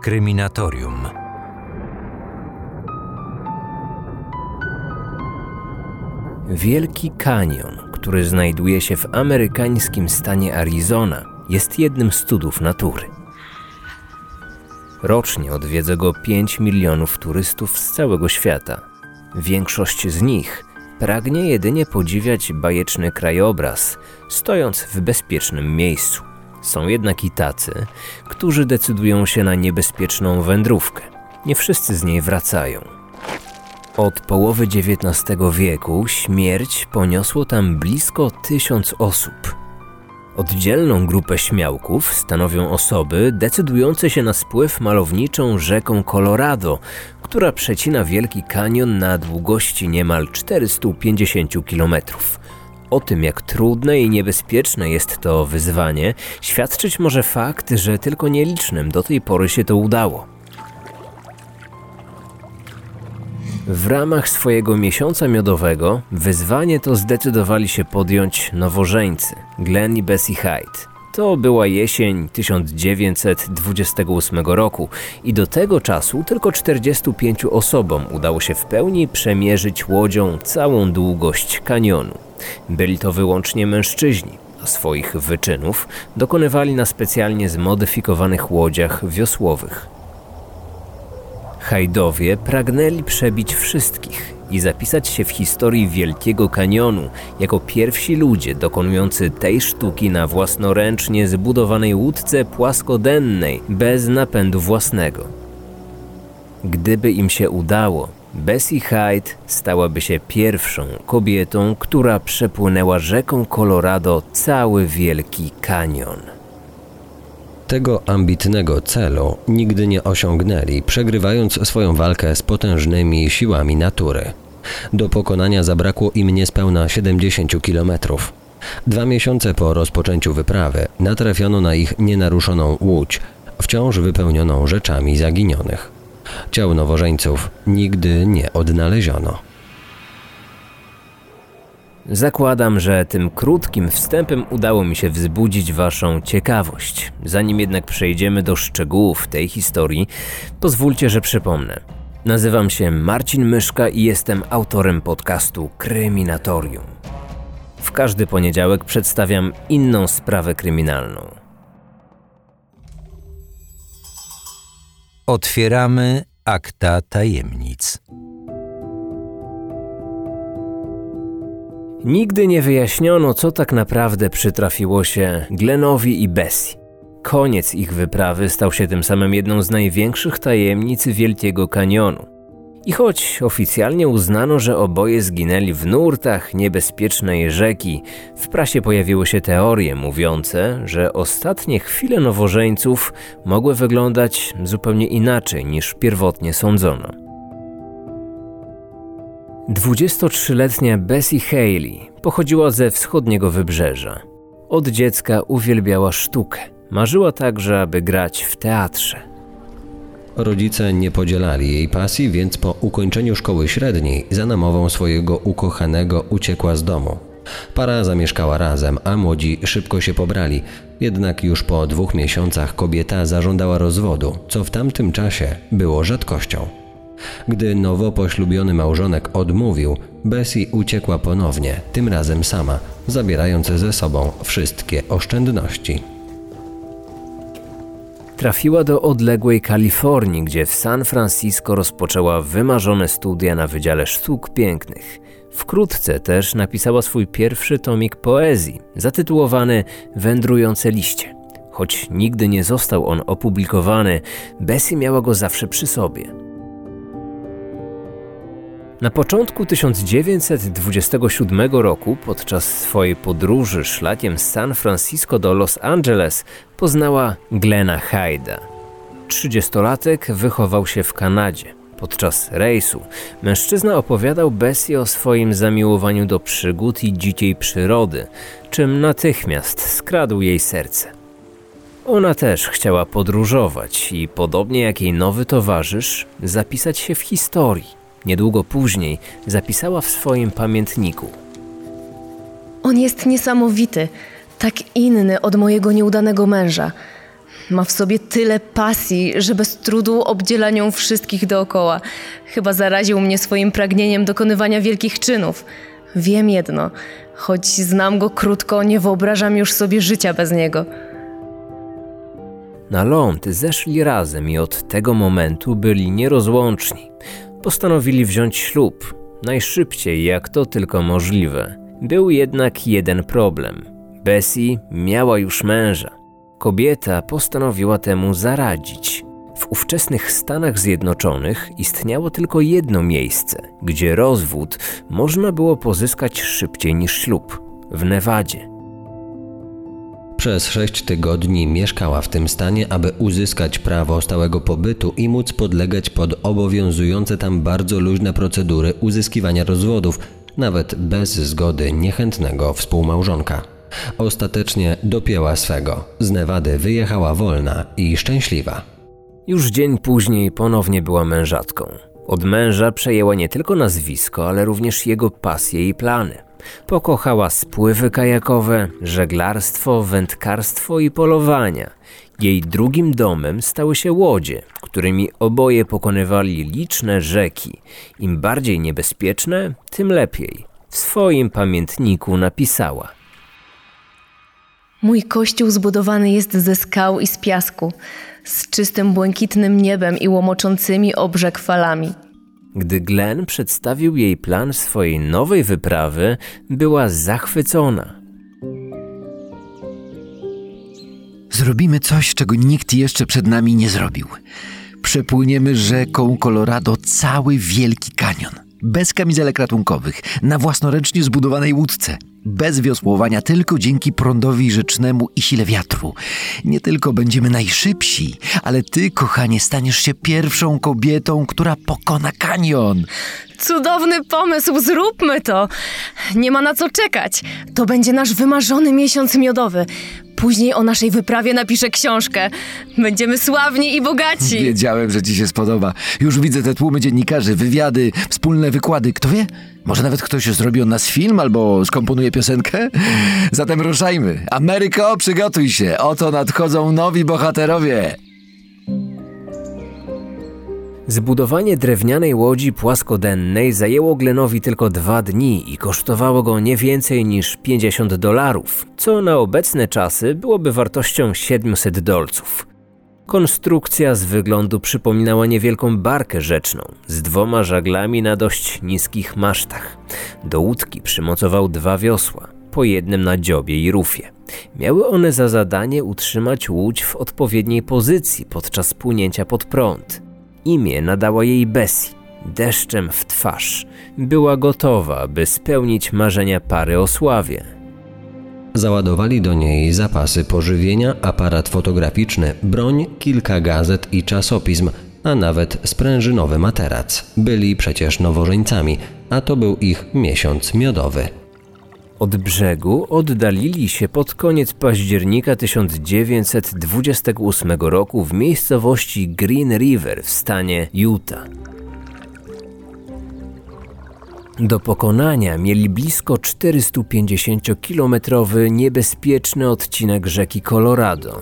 Kryminatorium. Wielki Kanion, który znajduje się w amerykańskim stanie Arizona, jest jednym z cudów natury. Rocznie odwiedza go 5 milionów turystów z całego świata. Większość z nich pragnie jedynie podziwiać bajeczny krajobraz, stojąc w bezpiecznym miejscu. Są jednak i tacy, którzy decydują się na niebezpieczną wędrówkę. Nie wszyscy z niej wracają. Od połowy XIX wieku śmierć poniosło tam blisko 1000 osób. Oddzielną grupę śmiałków stanowią osoby decydujące się na spływ malowniczą rzeką Colorado, która przecina Wielki Kanion na długości niemal 450 km. O tym, jak trudne i niebezpieczne jest to wyzwanie, świadczyć może fakt, że tylko nielicznym do tej pory się to udało. W ramach swojego miesiąca miodowego wyzwanie to zdecydowali się podjąć nowożeńcy Glenn i Bessie Hyde. To była jesień 1928 roku i do tego czasu tylko 45 osobom udało się w pełni przemierzyć łodzią całą długość kanionu. Byli to wyłącznie mężczyźni, a swoich wyczynów dokonywali na specjalnie zmodyfikowanych łodziach wiosłowych. Hyde'owie pragnęli przebić wszystkich i zapisać się w historii Wielkiego Kanionu jako pierwsi ludzie dokonujący tej sztuki na własnoręcznie zbudowanej łódce płaskodennej bez napędu własnego. Gdyby im się udało, Bessie Hyde stałaby się pierwszą kobietą, która przepłynęła rzeką Colorado cały Wielki Kanion. Tego ambitnego celu nigdy nie osiągnęli, przegrywając swoją walkę z potężnymi siłami natury. Do pokonania zabrakło im niespełna 70 kilometrów. 2 miesiące po rozpoczęciu wyprawy natrafiono na ich nienaruszoną łódź, wciąż wypełnioną rzeczami zaginionych. Ciał nowożeńców nigdy nie odnaleziono. Zakładam, że tym krótkim wstępem udało mi się wzbudzić waszą ciekawość. Zanim jednak przejdziemy do szczegółów tej historii, pozwólcie, że przypomnę. Nazywam się Marcin Myszka i jestem autorem podcastu Kryminatorium. W każdy poniedziałek przedstawiam inną sprawę kryminalną. Otwieramy akta tajemnic. Nigdy nie wyjaśniono, co tak naprawdę przytrafiło się Glennowi i Bessie. Koniec ich wyprawy stał się tym samym jedną z największych tajemnic Wielkiego Kanionu. I choć oficjalnie uznano, że oboje zginęli w nurtach niebezpiecznej rzeki, w prasie pojawiły się teorie mówiące, że ostatnie chwile nowożeńców mogły wyglądać zupełnie inaczej niż pierwotnie sądzono. 23-letnia Bessie Haley pochodziła ze wschodniego wybrzeża. Od dziecka uwielbiała sztukę. Marzyła także, aby grać w teatrze. Rodzice nie podzielali jej pasji, więc po ukończeniu szkoły średniej za namową swojego ukochanego uciekła z domu. Para zamieszkała razem, a młodzi szybko się pobrali. Jednak już po 2 miesiącach kobieta zażądała rozwodu, co w tamtym czasie było rzadkością. Gdy nowo poślubiony małżonek odmówił, Bessie uciekła ponownie, tym razem sama, zabierając ze sobą wszystkie oszczędności. Trafiła do odległej Kalifornii, gdzie w San Francisco rozpoczęła wymarzone studia na Wydziale Sztuk Pięknych. Wkrótce też napisała swój pierwszy tomik poezji, zatytułowany Wędrujące liście. Choć nigdy nie został on opublikowany, Bessie miała go zawsze przy sobie. Na początku 1927 roku, podczas swojej podróży szlakiem z San Francisco do Los Angeles, poznała Glenna Hyde'a. 30-latek wychował się w Kanadzie. Podczas rejsu mężczyzna opowiadał Bessie o swoim zamiłowaniu do przygód i dzikiej przyrody, czym natychmiast skradł jej serce. Ona też chciała podróżować i, podobnie jak jej nowy towarzysz, zapisać się w historii. Niedługo później zapisała w swoim pamiętniku: On jest niesamowity, tak inny od mojego nieudanego męża. Ma w sobie tyle pasji, że bez trudu obdziela nią wszystkich dookoła. Chyba zaraził mnie swoim pragnieniem dokonywania wielkich czynów. Wiem jedno, choć znam go krótko, nie wyobrażam już sobie życia bez niego. Na ląd zeszli razem i od tego momentu byli nierozłączni. Postanowili wziąć ślub, najszybciej jak to tylko możliwe. Był jednak jeden problem. Bessie miała już męża. Kobieta postanowiła temu zaradzić. W ówczesnych Stanach Zjednoczonych istniało tylko jedno miejsce, gdzie rozwód można było pozyskać szybciej niż ślub – w Nevadzie. Przez 6 tygodni mieszkała w tym stanie, aby uzyskać prawo stałego pobytu i móc podlegać pod obowiązujące tam bardzo luźne procedury uzyskiwania rozwodów, nawet bez zgody niechętnego współmałżonka. Ostatecznie dopięła swego. Z Nevady wyjechała wolna i szczęśliwa. Już dzień później ponownie była mężatką. Od męża przejęła nie tylko nazwisko, ale również jego pasje i plany. Pokochała spływy kajakowe, żeglarstwo, wędkarstwo i polowania. Jej drugim domem stały się łodzie, którymi oboje pokonywali liczne rzeki. Im bardziej niebezpieczne, tym lepiej. W swoim pamiętniku napisała: Mój kościół zbudowany jest ze skał i z piasku, z czystym błękitnym niebem i łomoczącymi o brzeg falami. Gdy Glenn przedstawił jej plan swojej nowej wyprawy, była zachwycona. Zrobimy coś, czego nikt jeszcze przed nami nie zrobił. Przepłyniemy rzeką Colorado cały Wielki Kanion. Bez kamizelek ratunkowych, na własnoręcznie zbudowanej łódce. Bez wiosłowania, tylko dzięki prądowi rzecznemu i sile wiatru. Nie tylko będziemy najszybsi, ale ty, kochanie, staniesz się pierwszą kobietą, która pokona kanion. Cudowny pomysł, zróbmy to! Nie ma na co czekać. To będzie nasz wymarzony miesiąc miodowy. Później o naszej wyprawie napiszę książkę. Będziemy sławni i bogaci. Wiedziałem, że ci się spodoba. Już widzę te tłumy dziennikarzy, wywiady, wspólne wykłady. Kto wie? Może nawet ktoś zrobi o nas film albo skomponuje piosenkę? Zatem ruszajmy. Ameryko, przygotuj się. Oto nadchodzą nowi bohaterowie. Zbudowanie drewnianej łodzi płaskodennej zajęło Glennowi tylko 2 dni i kosztowało go nie więcej niż $50, co na obecne czasy byłoby wartością $700. Konstrukcja z wyglądu przypominała niewielką barkę rzeczną z 2 żaglami na dość niskich masztach. Do łódki przymocował 2 wiosła, po jednym na dziobie i rufie. Miały one za zadanie utrzymać łódź w odpowiedniej pozycji podczas płynięcia pod prąd. Imię nadała jej Bessie, deszczem w twarz. Była gotowa, by spełnić marzenia pary o sławie. Załadowali do niej zapasy pożywienia, aparat fotograficzny, broń, kilka gazet i czasopism, a nawet sprężynowy materac. Byli przecież nowożeńcami, a to był ich miesiąc miodowy. Od brzegu oddalili się pod koniec października 1928 roku w miejscowości Green River w stanie Utah. Do pokonania mieli blisko 450-kilometrowy niebezpieczny odcinek rzeki Colorado.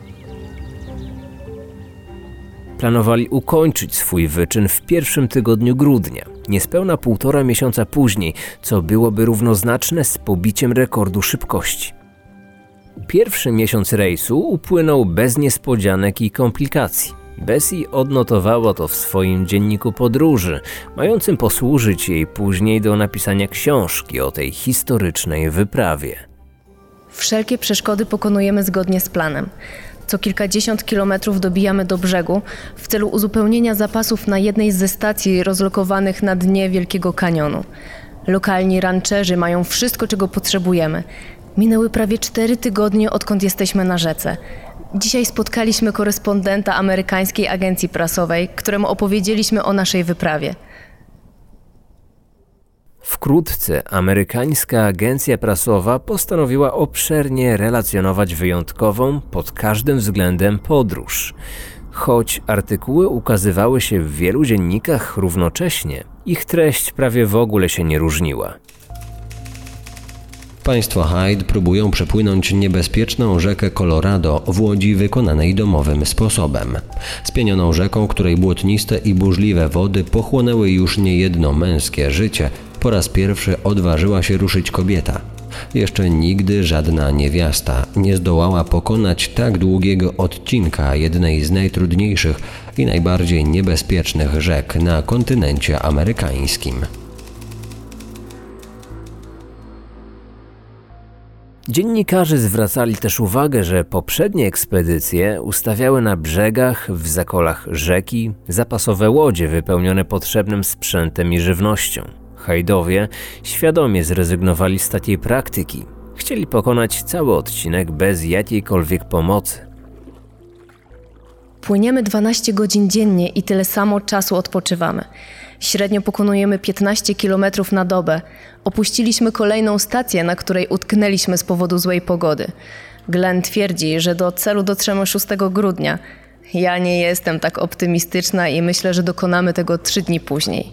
Planowali ukończyć swój wyczyn w pierwszym tygodniu grudnia, niespełna 1,5 miesiąca później, co byłoby równoznaczne z pobiciem rekordu szybkości. Pierwszy miesiąc rejsu upłynął bez niespodzianek i komplikacji. Bessie odnotowała to w swoim dzienniku podróży, mającym posłużyć jej później do napisania książki o tej historycznej wyprawie. Wszelkie przeszkody pokonujemy zgodnie z planem. Co kilkadziesiąt kilometrów dobijamy do brzegu w celu uzupełnienia zapasów na jednej ze stacji rozlokowanych na dnie Wielkiego Kanionu. Lokalni rancherzy mają wszystko, czego potrzebujemy. Minęły prawie 4 tygodnie, odkąd jesteśmy na rzece. Dzisiaj spotkaliśmy korespondenta amerykańskiej agencji prasowej, któremu opowiedzieliśmy o naszej wyprawie. Wkrótce amerykańska agencja prasowa postanowiła obszernie relacjonować wyjątkową pod każdym względem podróż. Choć artykuły ukazywały się w wielu dziennikach równocześnie, ich treść prawie w ogóle się nie różniła. Państwo Hyde próbują przepłynąć niebezpieczną rzekę Colorado w łodzi wykonanej domowym sposobem. Spienioną rzeką, której błotniste i burzliwe wody pochłonęły już niejedno męskie życie, po raz pierwszy odważyła się ruszyć kobieta. Jeszcze nigdy żadna niewiasta nie zdołała pokonać tak długiego odcinka jednej z najtrudniejszych i najbardziej niebezpiecznych rzek na kontynencie amerykańskim. Dziennikarze zwracali też uwagę, że poprzednie ekspedycje ustawiały na brzegach, w zakolach rzeki, zapasowe łodzie wypełnione potrzebnym sprzętem i żywnością. Hyde'owie świadomie zrezygnowali z takiej praktyki. Chcieli pokonać cały odcinek bez jakiejkolwiek pomocy. Płyniemy 12 godzin dziennie i tyle samo czasu odpoczywamy. Średnio pokonujemy 15 km na dobę. Opuściliśmy kolejną stację, na której utknęliśmy z powodu złej pogody. Glenn twierdzi, że do celu dotrzemy 6 grudnia. Ja nie jestem tak optymistyczna i myślę, że dokonamy tego 3 dni później.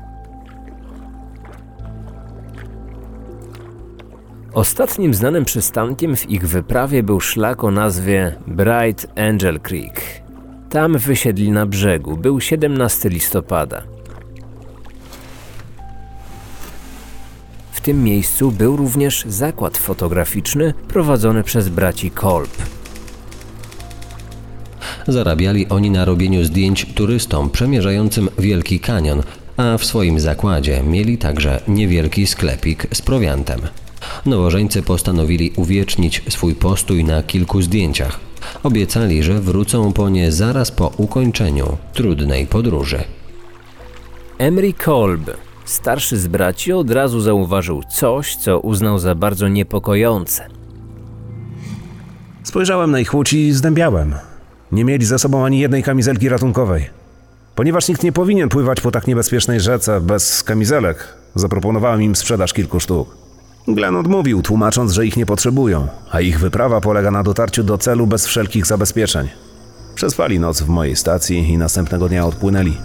Ostatnim znanym przystankiem w ich wyprawie był szlak o nazwie Bright Angel Creek. Tam wysiedli na brzegu. Był 17 listopada. W tym miejscu był również zakład fotograficzny prowadzony przez braci Kolb. Zarabiali oni na robieniu zdjęć turystom przemierzającym Wielki Kanion, a w swoim zakładzie mieli także niewielki sklepik z prowiantem. Nowożeńcy postanowili uwiecznić swój postój na kilku zdjęciach. Obiecali, że wrócą po nie zaraz po ukończeniu trudnej podróży. Emery Kolb, starszy z braci, od razu zauważył coś, co uznał za bardzo niepokojące. Spojrzałem na ich łódź i zdębiałem. Nie mieli ze sobą ani jednej kamizelki ratunkowej. Ponieważ nikt nie powinien pływać po tak niebezpiecznej rzece bez kamizelek, zaproponowałem im sprzedaż kilku sztuk. Glenn odmówił, tłumacząc, że ich nie potrzebują, a ich wyprawa polega na dotarciu do celu bez wszelkich zabezpieczeń. Przespali noc w mojej stacji i następnego dnia odpłynęli.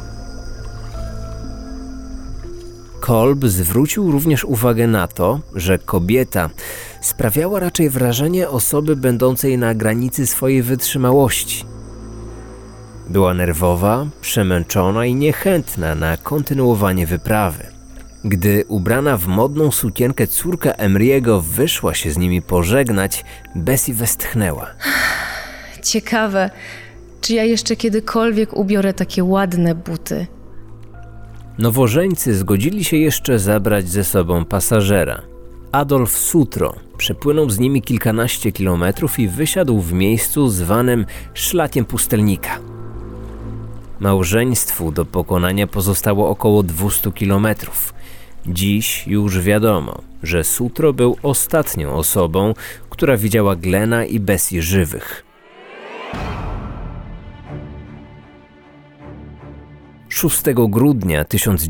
Kolb zwrócił również uwagę na to, że kobieta sprawiała raczej wrażenie osoby będącej na granicy swojej wytrzymałości. Była nerwowa, przemęczona i niechętna na kontynuowanie wyprawy. Gdy ubrana w modną sukienkę córka Emery'ego wyszła się z nimi pożegnać, Bessie westchnęła. Ciekawe, czy ja jeszcze kiedykolwiek ubiorę takie ładne buty. Nowożeńcy zgodzili się jeszcze zabrać ze sobą pasażera. Adolf Sutro przepłynął z nimi kilkanaście kilometrów i wysiadł w miejscu zwanym Szlakiem Pustelnika. Małżeństwu do pokonania pozostało około 200 kilometrów. Dziś już wiadomo, że Sutro był ostatnią osobą, która widziała Glena i Bessie żywych. 6 grudnia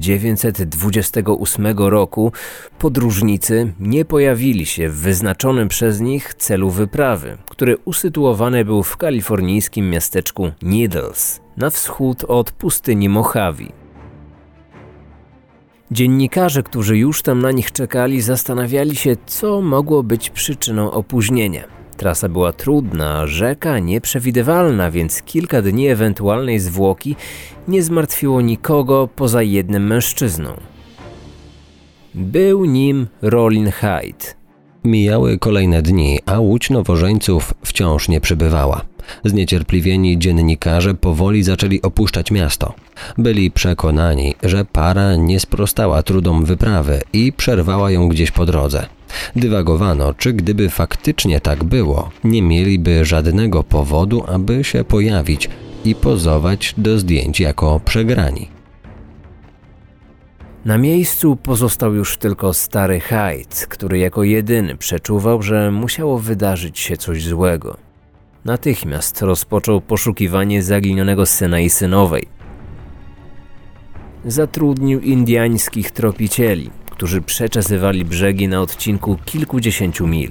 1928 roku podróżnicy nie pojawili się w wyznaczonym przez nich celu wyprawy, który usytuowany był w kalifornijskim miasteczku Needles, na wschód od pustyni Mojave. Dziennikarze, którzy już tam na nich czekali, zastanawiali się, co mogło być przyczyną opóźnienia. Trasa była trudna, a rzeka nieprzewidywalna, więc kilka dni ewentualnej zwłoki nie zmartwiło nikogo poza jednym mężczyzną. Był nim Rollin Hyde. Mijały kolejne dni, a łódź nowożeńców wciąż nie przybywała. Zniecierpliwieni dziennikarze powoli zaczęli opuszczać miasto. Byli przekonani, że para nie sprostała trudom wyprawy i przerwała ją gdzieś po drodze. Dywagowano, czy gdyby faktycznie tak było, nie mieliby żadnego powodu, aby się pojawić i pozować do zdjęć jako przegrani. Na miejscu pozostał już tylko stary Hyde, który jako jedyny przeczuwał, że musiało wydarzyć się coś złego. Natychmiast rozpoczął poszukiwanie zaginionego syna i synowej. Zatrudnił indiańskich tropicieli, którzy przeczesywali brzegi na odcinku kilkudziesięciu mil.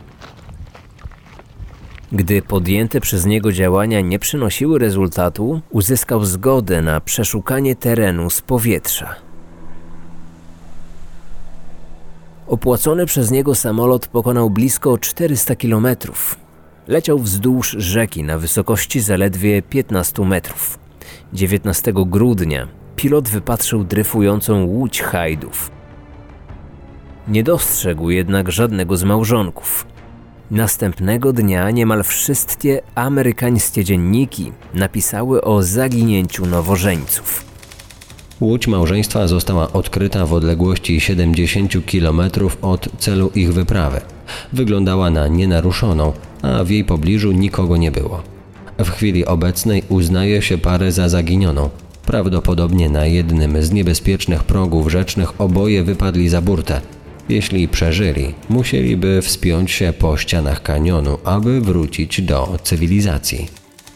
Gdy podjęte przez niego działania nie przynosiły rezultatu, uzyskał zgodę na przeszukanie terenu z powietrza. Opłacony przez niego samolot pokonał blisko 400 kilometrów. Leciał wzdłuż rzeki na wysokości zaledwie 15 metrów. 19 grudnia pilot wypatrzył dryfującą łódź Hyde'ów. Nie dostrzegł jednak żadnego z małżonków. Następnego dnia niemal wszystkie amerykańskie dzienniki napisały o zaginięciu nowożeńców. Łódź małżeństwa została odkryta w odległości 70 km od celu ich wyprawy. Wyglądała na nienaruszoną, a w jej pobliżu nikogo nie było. W chwili obecnej uznaje się parę za zaginioną. Prawdopodobnie na jednym z niebezpiecznych progów rzecznych oboje wypadli za burtę. Jeśli przeżyli, musieliby wspiąć się po ścianach kanionu, aby wrócić do cywilizacji.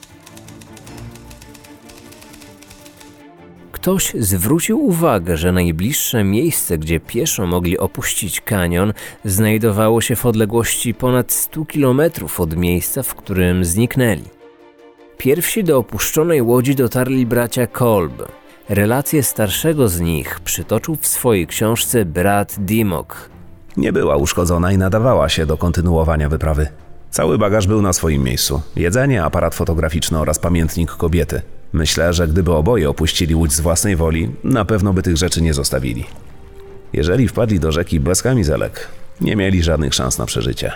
Ktoś zwrócił uwagę, że najbliższe miejsce, gdzie pieszo mogli opuścić kanion, znajdowało się w odległości ponad 100 km od miejsca, w którym zniknęli. Pierwsi do opuszczonej łodzi dotarli bracia Kolb. Relację starszego z nich przytoczył w swojej książce brat Dimok. Nie była uszkodzona i nadawała się do kontynuowania wyprawy. Cały bagaż był na swoim miejscu. Jedzenie, aparat fotograficzny oraz pamiętnik kobiety. Myślę, że gdyby oboje opuścili łódź z własnej woli, na pewno by tych rzeczy nie zostawili. Jeżeli wpadli do rzeki bez kamizelek, nie mieli żadnych szans na przeżycie.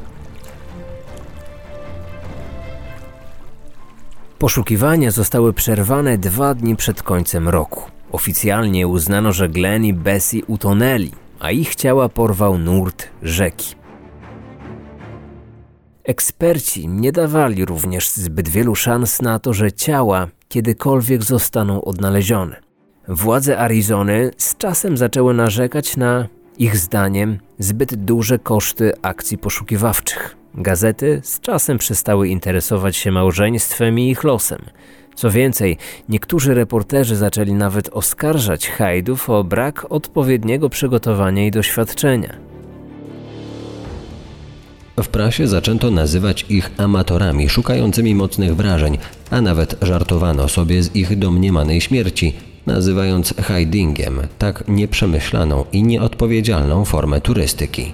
Poszukiwania zostały przerwane 2 dni przed końcem roku. Oficjalnie uznano, że Glenn i Bessie utonęli, a ich ciała porwał nurt rzeki. Eksperci nie dawali również zbyt wielu szans na to, że ciała kiedykolwiek zostaną odnalezione. Władze Arizony z czasem zaczęły narzekać na, ich zdaniem, zbyt duże koszty akcji poszukiwawczych. Gazety z czasem przestały interesować się małżeństwem i ich losem. Co więcej, niektórzy reporterzy zaczęli nawet oskarżać Hyde'ów o brak odpowiedniego przygotowania i doświadczenia. W prasie zaczęto nazywać ich amatorami szukającymi mocnych wrażeń, a nawet żartowano sobie z ich domniemanej śmierci, nazywając hidingiem tak nieprzemyślaną i nieodpowiedzialną formę turystyki.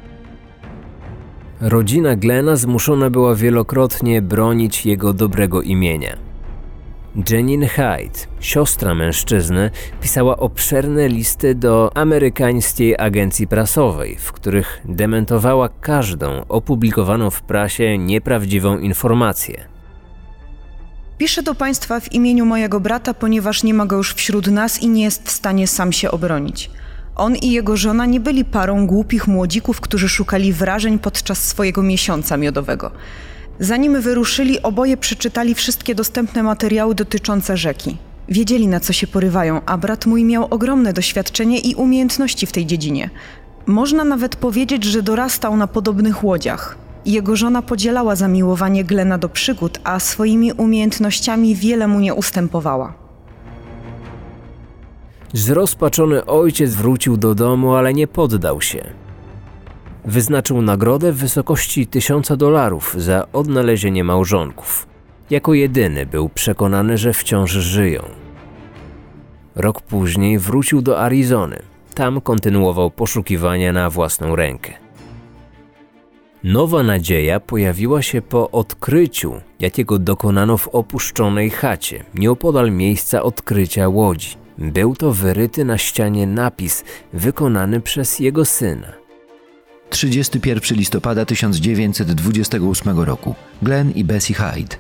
Rodzina Glena zmuszona była wielokrotnie bronić jego dobrego imienia. Jeanine Hyde, siostra mężczyzny, pisała obszerne listy do amerykańskiej agencji prasowej, w których dementowała każdą opublikowaną w prasie nieprawdziwą informację. Piszę do Państwa w imieniu mojego brata, ponieważ nie ma go już wśród nas i nie jest w stanie sam się obronić. On i jego żona nie byli parą głupich młodzików, którzy szukali wrażeń podczas swojego miesiąca miodowego. Zanim wyruszyli, oboje przeczytali wszystkie dostępne materiały dotyczące rzeki. Wiedzieli, na co się porywają, a brat mój miał ogromne doświadczenie i umiejętności w tej dziedzinie. Można nawet powiedzieć, że dorastał na podobnych łodziach. Jego żona podzielała zamiłowanie Glena do przygód, a swoimi umiejętnościami wiele mu nie ustępowała. Zrozpaczony ojciec wrócił do domu, ale nie poddał się. Wyznaczył nagrodę w wysokości $1000 za odnalezienie małżonków. Jako jedyny był przekonany, że wciąż żyją. Rok później wrócił do Arizony. Tam kontynuował poszukiwania na własną rękę. Nowa nadzieja pojawiła się po odkryciu, jakiego dokonano w opuszczonej chacie, nieopodal miejsca odkrycia łodzi. Był to wyryty na ścianie napis wykonany przez jego syna. 31 listopada 1928 roku. Glenn i Bessie Hyde.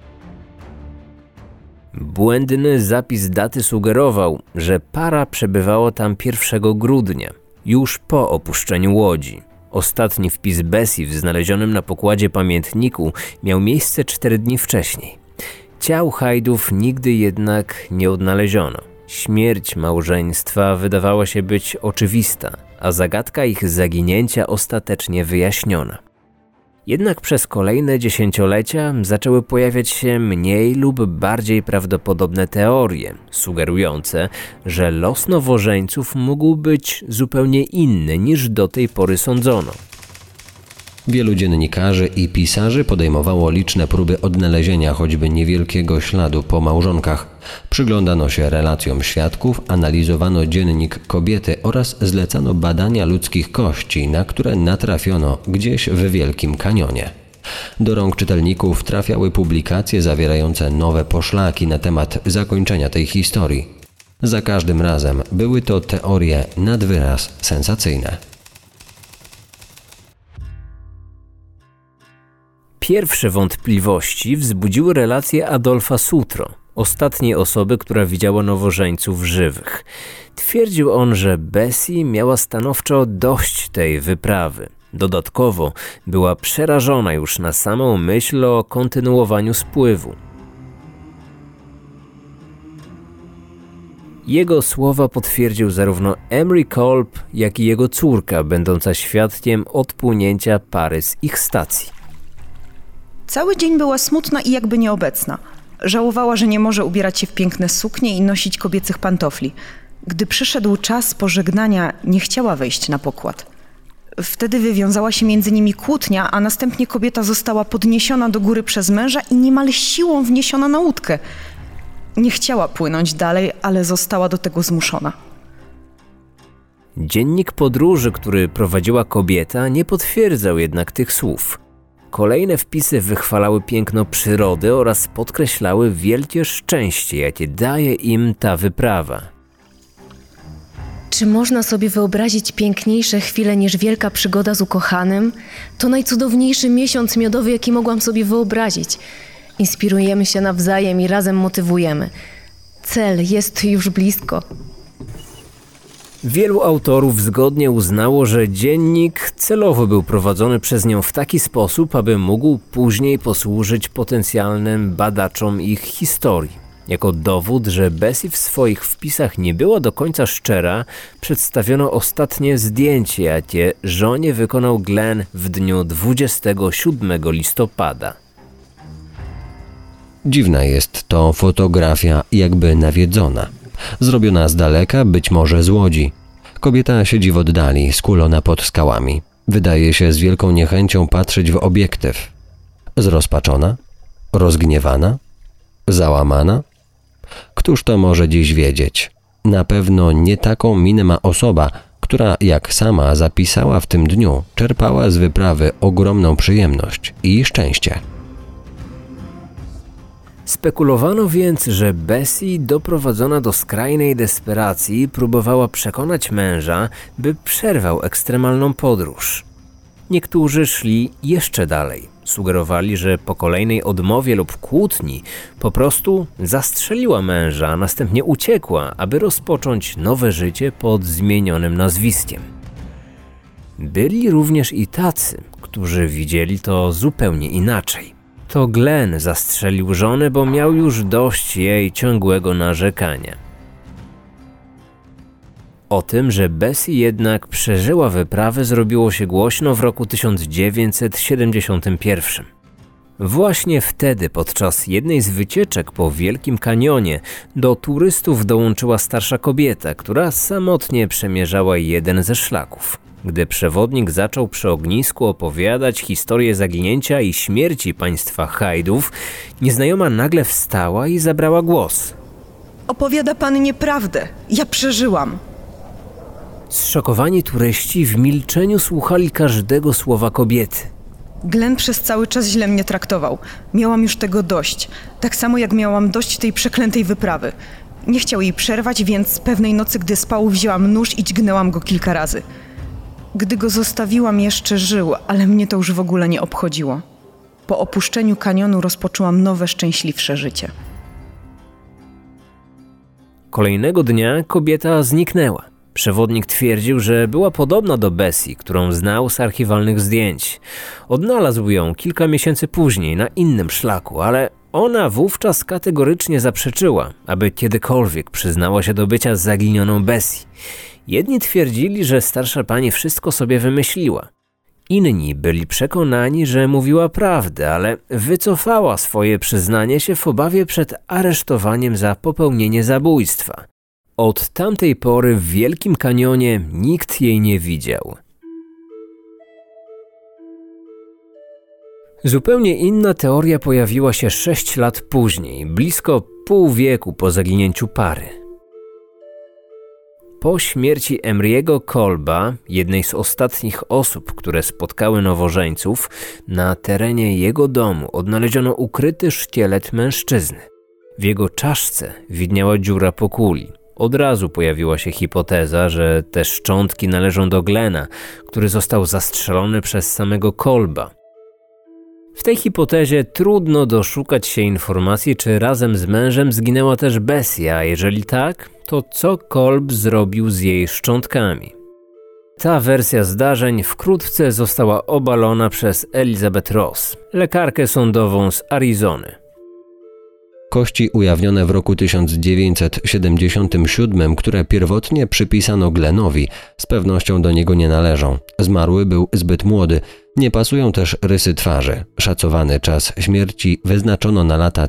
Błędny zapis daty sugerował, że para przebywała tam 1 grudnia, już po opuszczeniu łodzi. Ostatni wpis Bessie w znalezionym na pokładzie pamiętniku miał miejsce 4 dni wcześniej. Ciał Hyde'ów nigdy jednak nie odnaleziono. Śmierć małżeństwa wydawała się być oczywista, a zagadka ich zaginięcia ostatecznie wyjaśniona. Jednak przez kolejne dziesięciolecia zaczęły pojawiać się mniej lub bardziej prawdopodobne teorie, sugerujące, że los nowożeńców mógł być zupełnie inny niż do tej pory sądzono. Wielu dziennikarzy i pisarzy podejmowało liczne próby odnalezienia choćby niewielkiego śladu po małżonkach. Przyglądano się relacjom świadków, analizowano dziennik kobiety oraz zlecano badania ludzkich kości, na które natrafiono gdzieś w Wielkim Kanionie. Do rąk czytelników trafiały publikacje zawierające nowe poszlaki na temat zakończenia tej historii. Za każdym razem były to teorie nad wyraz sensacyjne. Pierwsze wątpliwości wzbudziły relacje Adolfa Sutro, ostatniej osoby, która widziała nowożeńców żywych. Twierdził on, że Bessie miała stanowczo dość tej wyprawy. Dodatkowo była przerażona już na samą myśl o kontynuowaniu spływu. Jego słowa potwierdził zarówno Emery Kolb, jak i jego córka, będąca świadkiem odpłynięcia pary z ich stacji. Cały dzień była smutna i jakby nieobecna. Żałowała, że nie może ubierać się w piękne suknie i nosić kobiecych pantofli. Gdy przyszedł czas pożegnania, nie chciała wejść na pokład. Wtedy wywiązała się między nimi kłótnia, a następnie kobieta została podniesiona do góry przez męża i niemal siłą wniesiona na łódkę. Nie chciała płynąć dalej, ale została do tego zmuszona. Dziennik podróży, który prowadziła kobieta, nie potwierdzał jednak tych słów. Kolejne wpisy wychwalały piękno przyrody oraz podkreślały wielkie szczęście, jakie daje im ta wyprawa. Czy można sobie wyobrazić piękniejsze chwile niż wielka przygoda z ukochanym? To najcudowniejszy miesiąc miodowy, jaki mogłam sobie wyobrazić. Inspirujemy się nawzajem i razem motywujemy. Cel jest już blisko. Wielu autorów zgodnie uznało, że dziennik celowo był prowadzony przez nią w taki sposób, aby mógł później posłużyć potencjalnym badaczom ich historii. Jako dowód, że Bessie w swoich wpisach nie była do końca szczera, przedstawiono ostatnie zdjęcie, jakie żonie wykonał Glenn w dniu 27 listopada. Dziwna jest to fotografia jakby nawiedzona. Zrobiona z daleka, być może z łodzi. Kobieta siedzi w oddali, skulona pod skałami. Wydaje się z wielką niechęcią patrzeć w obiektyw. Zrozpaczona? Rozgniewana? Załamana? Któż to może dziś wiedzieć? Na pewno nie taką minę ma osoba, która, jak sama zapisała w tym dniu, czerpała z wyprawy ogromną przyjemność i szczęście. Spekulowano więc, że Bessie, doprowadzona do skrajnej desperacji, próbowała przekonać męża, by przerwał ekstremalną podróż. Niektórzy szli jeszcze dalej. Sugerowali, że po kolejnej odmowie lub kłótni po prostu zastrzeliła męża, a następnie uciekła, aby rozpocząć nowe życie pod zmienionym nazwiskiem. Byli również i tacy, którzy widzieli to zupełnie inaczej. To Glenn zastrzelił żonę, bo miał już dość jej ciągłego narzekania. O tym, że Bessie jednak przeżyła wyprawę, zrobiło się głośno w roku 1971. Właśnie wtedy, podczas jednej z wycieczek po Wielkim Kanionie, do turystów dołączyła starsza kobieta, która samotnie przemierzała jeden ze szlaków. Gdy przewodnik zaczął przy ognisku opowiadać historię zaginięcia i śmierci państwa Hajdów, nieznajoma nagle wstała i zabrała głos. Opowiada pan nieprawdę. Ja przeżyłam. Zszokowani turyści w milczeniu słuchali każdego słowa kobiety. Glenn przez cały czas źle mnie traktował. Miałam już tego dość. Tak samo jak miałam dość tej przeklętej wyprawy. Nie chciał jej przerwać, więc pewnej nocy, gdy spał, wzięłam nóż i dźgnęłam go kilka razy. Gdy go zostawiłam, jeszcze żył, ale mnie to już w ogóle nie obchodziło. Po opuszczeniu kanionu rozpoczęłam nowe, szczęśliwsze życie. Kolejnego dnia kobieta zniknęła. Przewodnik twierdził, że była podobna do Bessie, którą znał z archiwalnych zdjęć. Odnalazł ją kilka miesięcy później na innym szlaku, ale ona wówczas kategorycznie zaprzeczyła, aby kiedykolwiek przyznała się do bycia zaginioną Bessie. Jedni twierdzili, że starsza pani wszystko sobie wymyśliła. Inni byli przekonani, że mówiła prawdę, ale wycofała swoje przyznanie się w obawie przed aresztowaniem za popełnienie zabójstwa. Od tamtej pory w Wielkim Kanionie nikt jej nie widział. Zupełnie inna teoria pojawiła się 6 lat później, blisko pół wieku po zaginięciu pary. Po śmierci Emery'ego Kolba, jednej z ostatnich osób, które spotkały nowożeńców, na terenie jego domu odnaleziono ukryty szkielet mężczyzny. W jego czaszce widniała dziura po kuli. Od razu pojawiła się hipoteza, że te szczątki należą do Glena, który został zastrzelony przez samego Kolba. W tej hipotezie trudno doszukać się informacji, czy razem z mężem zginęła też Bessie, a jeżeli tak, to co Kolb zrobił z jej szczątkami. Ta wersja zdarzeń wkrótce została obalona przez Elizabeth Ross, lekarkę sądową z Arizony. Kości ujawnione w roku 1977, które pierwotnie przypisano Glenowi, z pewnością do niego nie należą. Zmarły był zbyt młody. Nie pasują też rysy twarzy. Szacowany czas śmierci wyznaczono na lata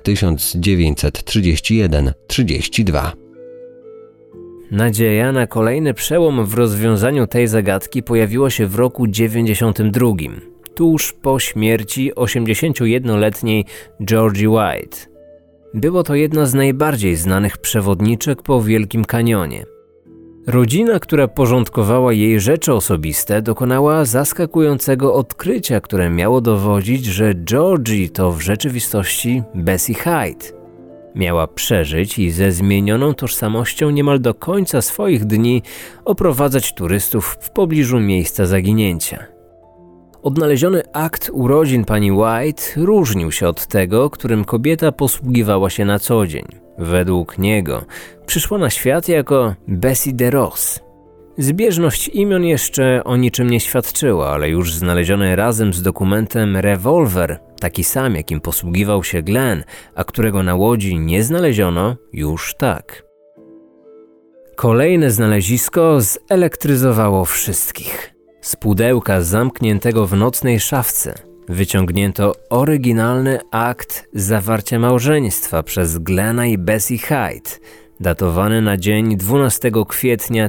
1931-32. Nadzieja na kolejny przełom w rozwiązaniu tej zagadki pojawiła się w roku 92, tuż po śmierci 81-letniej Georgie White. Było to jedna z najbardziej znanych przewodniczek po Wielkim Kanionie. Rodzina, która porządkowała jej rzeczy osobiste, dokonała zaskakującego odkrycia, które miało dowodzić, że Georgie to w rzeczywistości Bessie Hyde. Miała przeżyć i ze zmienioną tożsamością niemal do końca swoich dni oprowadzać turystów w pobliżu miejsca zaginięcia. Odnaleziony akt urodzin pani White różnił się od tego, którym kobieta posługiwała się na co dzień. Według niego przyszła na świat jako Bessie DeRoss. Zbieżność imion jeszcze o niczym nie świadczyła, ale już znaleziony razem z dokumentem rewolwer, taki sam jakim posługiwał się Glenn, a którego na łodzi nie znaleziono, już tak. Kolejne znalezisko zelektryzowało wszystkich. Z pudełka zamkniętego w nocnej szafce wyciągnięto oryginalny akt zawarcia małżeństwa przez Glena i Bessie Hyde, datowany na dzień 12 kwietnia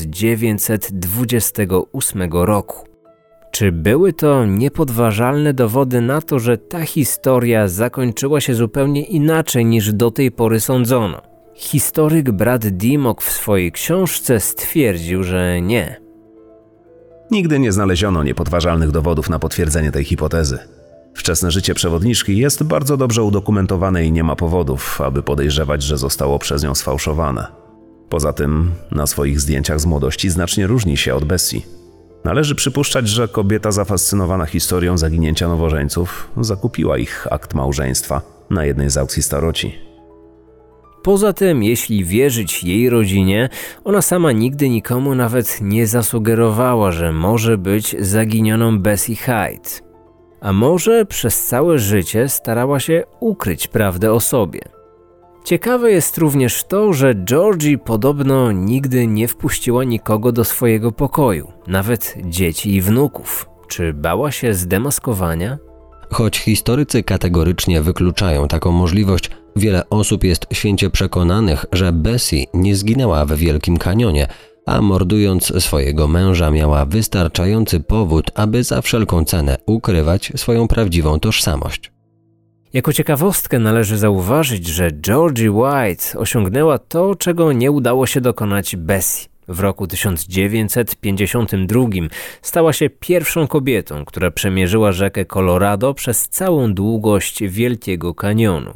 1928 roku. Czy były to niepodważalne dowody na to, że ta historia zakończyła się zupełnie inaczej niż do tej pory sądzono? Historyk Brad Dimmock w swojej książce stwierdził, że nie. Nigdy nie znaleziono niepodważalnych dowodów na potwierdzenie tej hipotezy. Wczesne życie przewodniczki jest bardzo dobrze udokumentowane i nie ma powodów, aby podejrzewać, że zostało przez nią sfałszowane. Poza tym na swoich zdjęciach z młodości znacznie różni się od Bessie. Należy przypuszczać, że kobieta zafascynowana historią zaginięcia nowożeńców zakupiła ich akt małżeństwa na jednej z aukcji staroci. Poza tym, jeśli wierzyć jej rodzinie, ona sama nigdy nikomu nawet nie zasugerowała, że może być zaginioną Bessie Hyde. A może przez całe życie starała się ukryć prawdę o sobie. Ciekawe jest również to, że Georgie podobno nigdy nie wpuściła nikogo do swojego pokoju, nawet dzieci i wnuków. Czy bała się zdemaskowania? Choć historycy kategorycznie wykluczają taką możliwość, wiele osób jest święcie przekonanych, że Bessie nie zginęła w Wielkim Kanionie, a mordując swojego męża miała wystarczający powód, aby za wszelką cenę ukrywać swoją prawdziwą tożsamość. Jako ciekawostkę należy zauważyć, że Georgie White osiągnęła to, czego nie udało się dokonać Bessie. W roku 1952 stała się pierwszą kobietą, która przemierzyła rzekę Colorado przez całą długość Wielkiego Kanionu.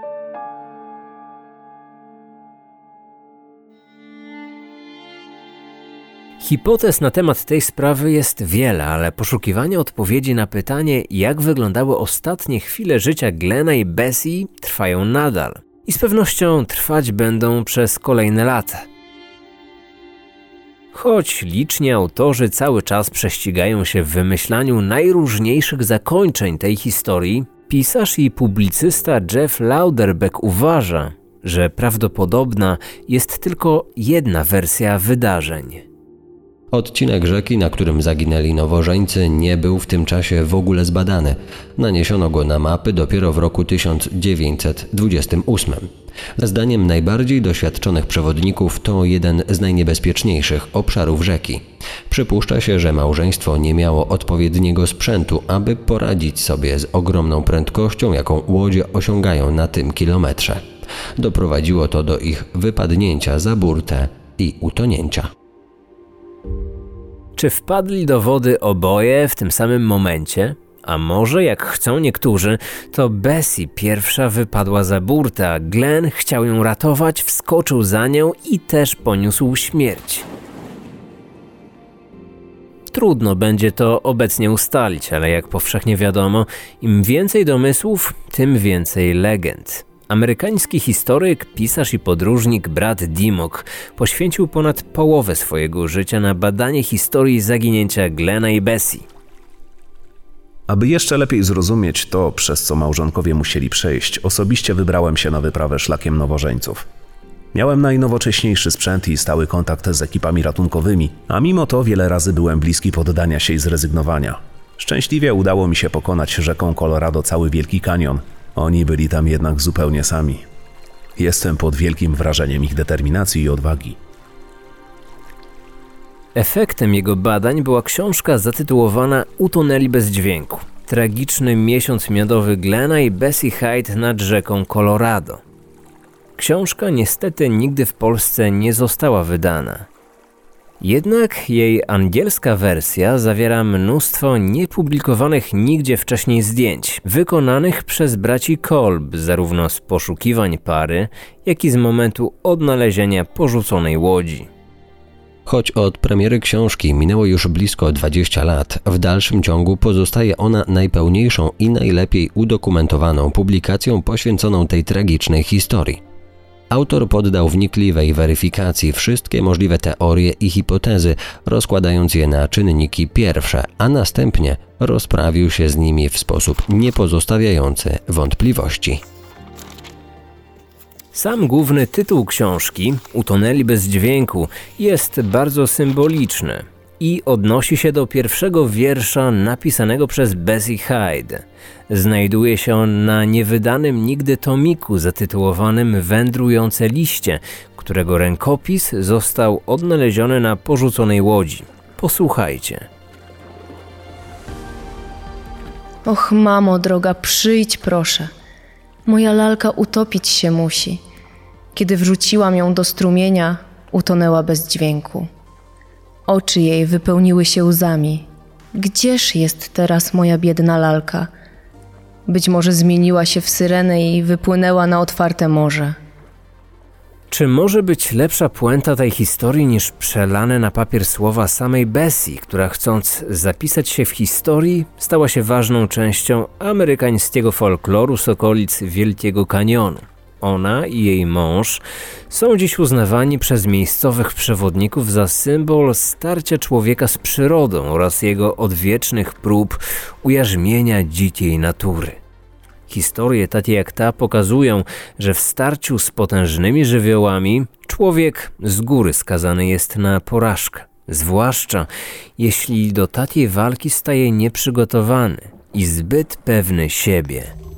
Hipotez na temat tej sprawy jest wiele, ale poszukiwanie odpowiedzi na pytanie, jak wyglądały ostatnie chwile życia Glena i Bessie, trwają nadal. I z pewnością trwać będą przez kolejne lata. Choć liczni autorzy cały czas prześcigają się w wymyślaniu najróżniejszych zakończeń tej historii, pisarz i publicysta Jeff Lauderbeck uważa, że prawdopodobna jest tylko jedna wersja wydarzeń. Odcinek rzeki, na którym zaginęli nowożeńcy, nie był w tym czasie w ogóle zbadany. Naniesiono go na mapy dopiero w roku 1928. Zdaniem najbardziej doświadczonych przewodników to jeden z najniebezpieczniejszych obszarów rzeki. Przypuszcza się, że małżeństwo nie miało odpowiedniego sprzętu, aby poradzić sobie z ogromną prędkością, jaką łodzie osiągają na tym kilometrze. Doprowadziło to do ich wypadnięcia za burtę i utonięcia. Czy wpadli do wody oboje w tym samym momencie? A może, jak chcą niektórzy, to Bessie pierwsza wypadła za burtę, a Glenn chciał ją ratować, wskoczył za nią i też poniósł śmierć. Trudno będzie to obecnie ustalić, ale jak powszechnie wiadomo, im więcej domysłów, tym więcej legend. Amerykański historyk, pisarz i podróżnik Brad Dimmock poświęcił ponad połowę swojego życia na badanie historii zaginięcia Glenna i Bessie. Aby jeszcze lepiej zrozumieć to, przez co małżonkowie musieli przejść, osobiście wybrałem się na wyprawę szlakiem nowożeńców. Miałem najnowocześniejszy sprzęt i stały kontakt z ekipami ratunkowymi, a mimo to wiele razy byłem bliski poddania się i zrezygnowania. Szczęśliwie udało mi się pokonać rzeką Colorado cały Wielki Kanion. Oni byli tam jednak zupełnie sami. Jestem pod wielkim wrażeniem ich determinacji i odwagi. Efektem jego badań była książka zatytułowana Utonęli bez dźwięku. Tragiczny miesiąc miodowy Glenna i Bessie Hyde nad rzeką Colorado. Książka niestety nigdy w Polsce nie została wydana. Jednak jej angielska wersja zawiera mnóstwo niepublikowanych nigdzie wcześniej zdjęć, wykonanych przez braci Kolb zarówno z poszukiwań pary, jak i z momentu odnalezienia porzuconej łodzi. Choć od premiery książki minęło już blisko 20 lat, w dalszym ciągu pozostaje ona najpełniejszą i najlepiej udokumentowaną publikacją poświęconą tej tragicznej historii. Autor poddał wnikliwej weryfikacji wszystkie możliwe teorie i hipotezy, rozkładając je na czynniki pierwsze, a następnie rozprawił się z nimi w sposób niepozostawiający wątpliwości. Sam główny tytuł książki, Utonęli bez dźwięku, jest bardzo symboliczny i odnosi się do pierwszego wiersza napisanego przez Bessie Hyde. Znajduje się on na niewydanym nigdy tomiku zatytułowanym Wędrujące liście, którego rękopis został odnaleziony na porzuconej łodzi. Posłuchajcie. Och, mamo droga, przyjdź proszę. Moja lalka utopić się musi. Kiedy wrzuciłam ją do strumienia, utonęła bez dźwięku. Oczy jej wypełniły się łzami. Gdzież jest teraz moja biedna lalka? Być może zmieniła się w syrenę i wypłynęła na otwarte morze. Czy może być lepsza puenta tej historii niż przelane na papier słowa samej Bessie, która chcąc zapisać się w historii, stała się ważną częścią amerykańskiego folkloru z okolic Wielkiego Kanionu. Ona i jej mąż są dziś uznawani przez miejscowych przewodników za symbol starcia człowieka z przyrodą oraz jego odwiecznych prób ujarzmienia dzikiej natury. Historie takie jak ta pokazują, że w starciu z potężnymi żywiołami człowiek z góry skazany jest na porażkę, zwłaszcza jeśli do takiej walki staje nieprzygotowany i zbyt pewny siebie.